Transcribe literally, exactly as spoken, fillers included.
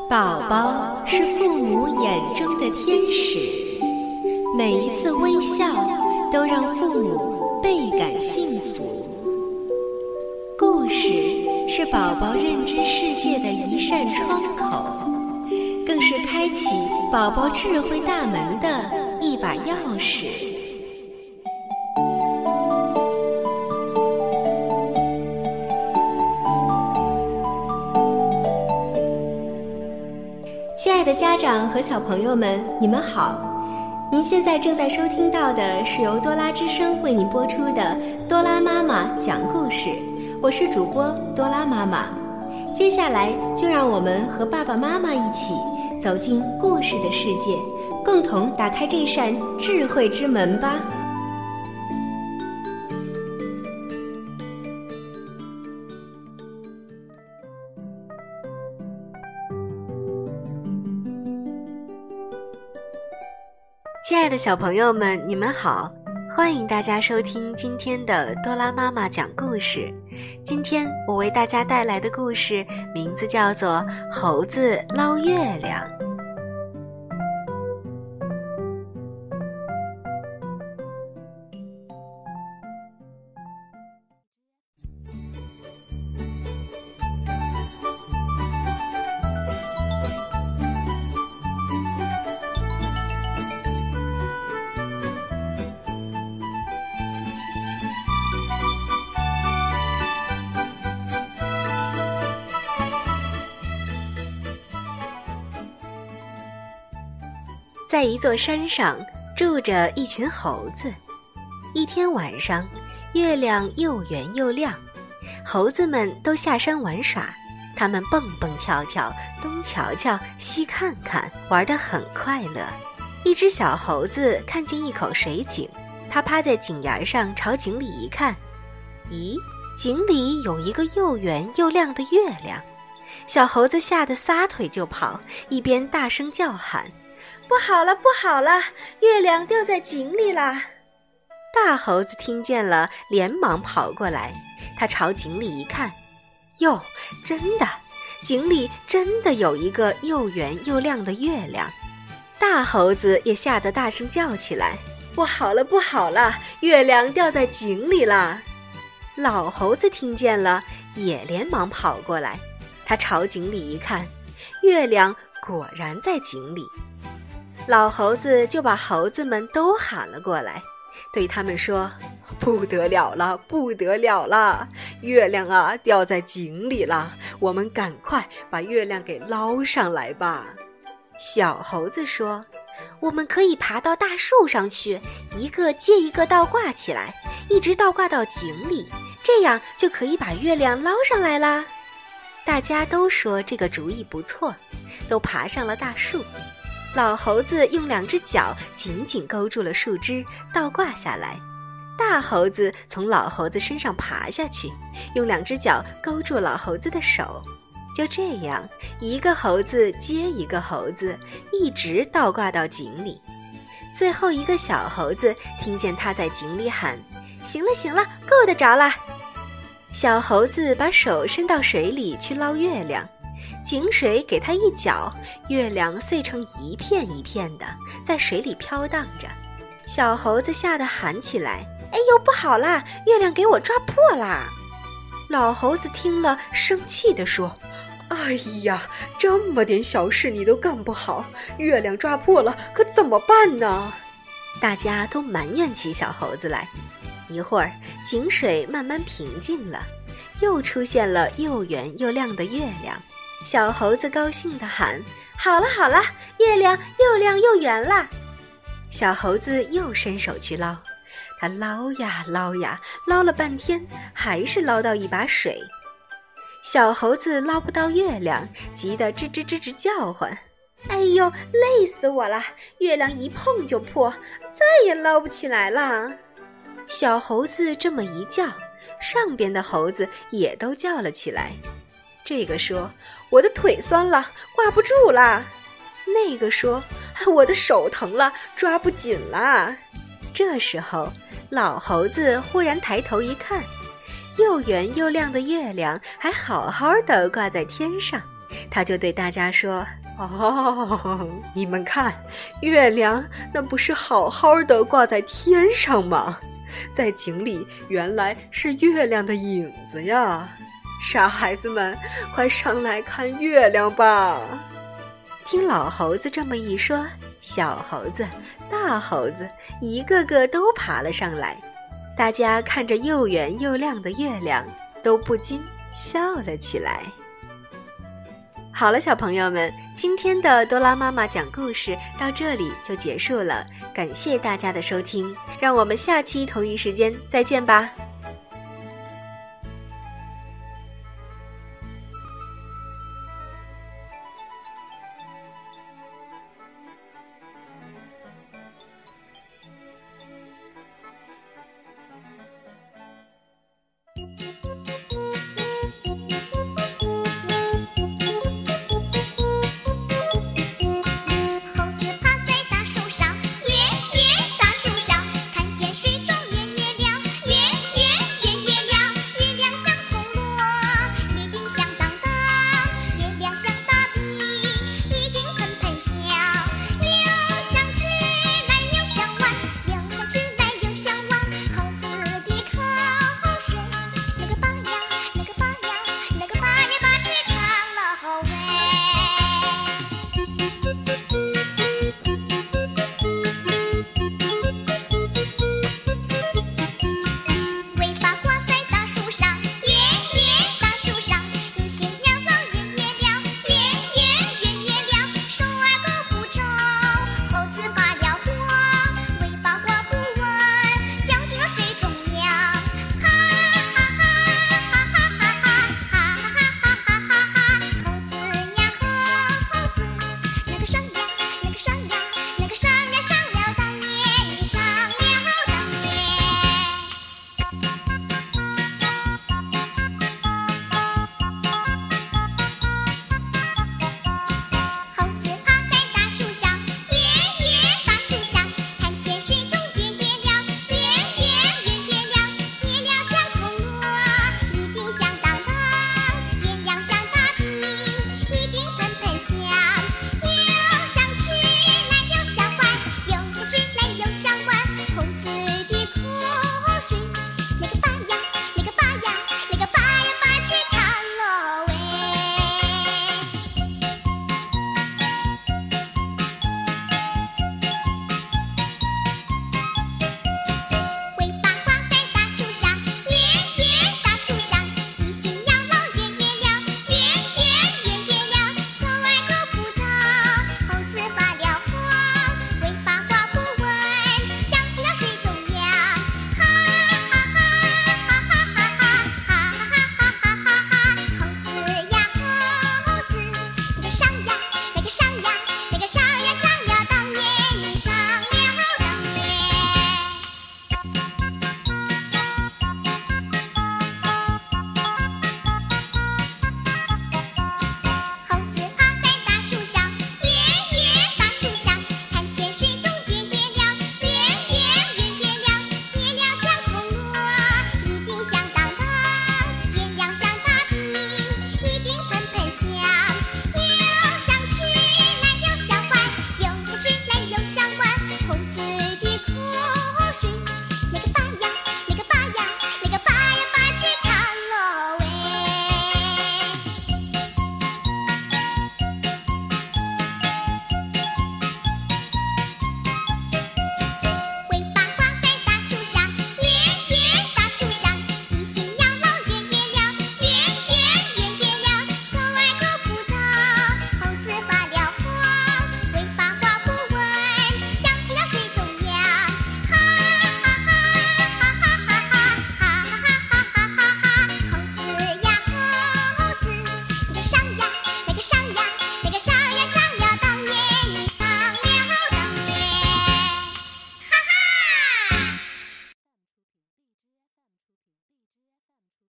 宝宝是父母眼中的天使，每一次微笑都让父母倍感幸福。故事是宝宝认知世界的一扇窗口，更是开启宝宝智慧大门的一把钥匙。亲爱的家长和小朋友们，你们好！您现在正在收听到的是由多拉之声为您播出的多拉妈妈讲故事，我是主播多拉妈妈。接下来就让我们和爸爸妈妈一起走进故事的世界，共同打开这扇智慧之门吧。亲爱的小朋友们，你们好，欢迎大家收听今天的多拉妈妈讲故事。今天我为大家带来的故事名字叫做《猴子捞月亮》。在一座山上住着一群猴子。一天晚上，月亮又圆又亮，猴子们都下山玩耍。他们蹦蹦跳跳，东瞧瞧西看看，玩得很快乐。一只小猴子看见一口水井，它趴在井沿上朝井里一看，咦，井里有一个又圆又亮的月亮。小猴子吓得撒腿就跑，一边大声叫喊，不好了，不好了，月亮掉在井里啦！大猴子听见了，连忙跑过来，他朝井里一看，哟，真的，井里真的有一个又圆又亮的月亮。大猴子也吓得大声叫起来，不好了，不好了，月亮掉在井里啦！老猴子听见了，也连忙跑过来，他朝井里一看，月亮果然在井里。老猴子就把猴子们都喊了过来，对他们说，不得了了，不得了了，月亮啊掉在井里了，我们赶快把月亮给捞上来吧。小猴子说，我们可以爬到大树上去，一个接一个倒挂起来，一直倒挂到井里，这样就可以把月亮捞上来啦。大家都说这个主意不错，都爬上了大树。老猴子用两只脚紧紧勾住了树枝，倒挂下来。大猴子从老猴子身上爬下去，用两只脚勾住老猴子的手。就这样，一个猴子接一个猴子，一直倒挂到井里。最后一个小猴子听见他在井里喊，行了行了，够得着了。小猴子把手伸到水里去捞月亮，井水给它一搅，月亮碎成一片一片的，在水里飘荡着。小猴子吓得喊起来，哎呦，不好啦，月亮给我抓破啦！老猴子听了生气地说，哎呀，这么点小事你都干不好，月亮抓破了可怎么办呢？大家都埋怨起小猴子来。一会儿井水慢慢平静了，又出现了又圆又亮的月亮。小猴子高兴地喊，好了好了，月亮又亮又圆啦！小猴子又伸手去捞，他捞呀捞呀，捞了半天，还是捞到一把水。小猴子捞不到月亮，急得吱吱吱吱叫唤，哎呦，累死我了，月亮一碰就破，再也捞不起来了。小猴子这么一叫，上边的猴子也都叫了起来。这个说，我的腿酸了，挂不住啦。那个说，我的手疼了，抓不紧啦。这时候，老猴子忽然抬头一看，又圆又亮的月亮还好好的挂在天上， 他就对大家说：哦，你们看，月亮那不是好好的挂在天上吗？在井里原来是月亮的影子呀！傻孩子们，快上来看月亮吧！听老猴子这么一说，小猴子、大猴子一个个都爬了上来。大家看着又圆又亮的月亮，都不禁笑了起来。好了，小朋友们，今天的多拉妈妈讲故事到这里就结束了，感谢大家的收听，让我们下期同一时间再见吧。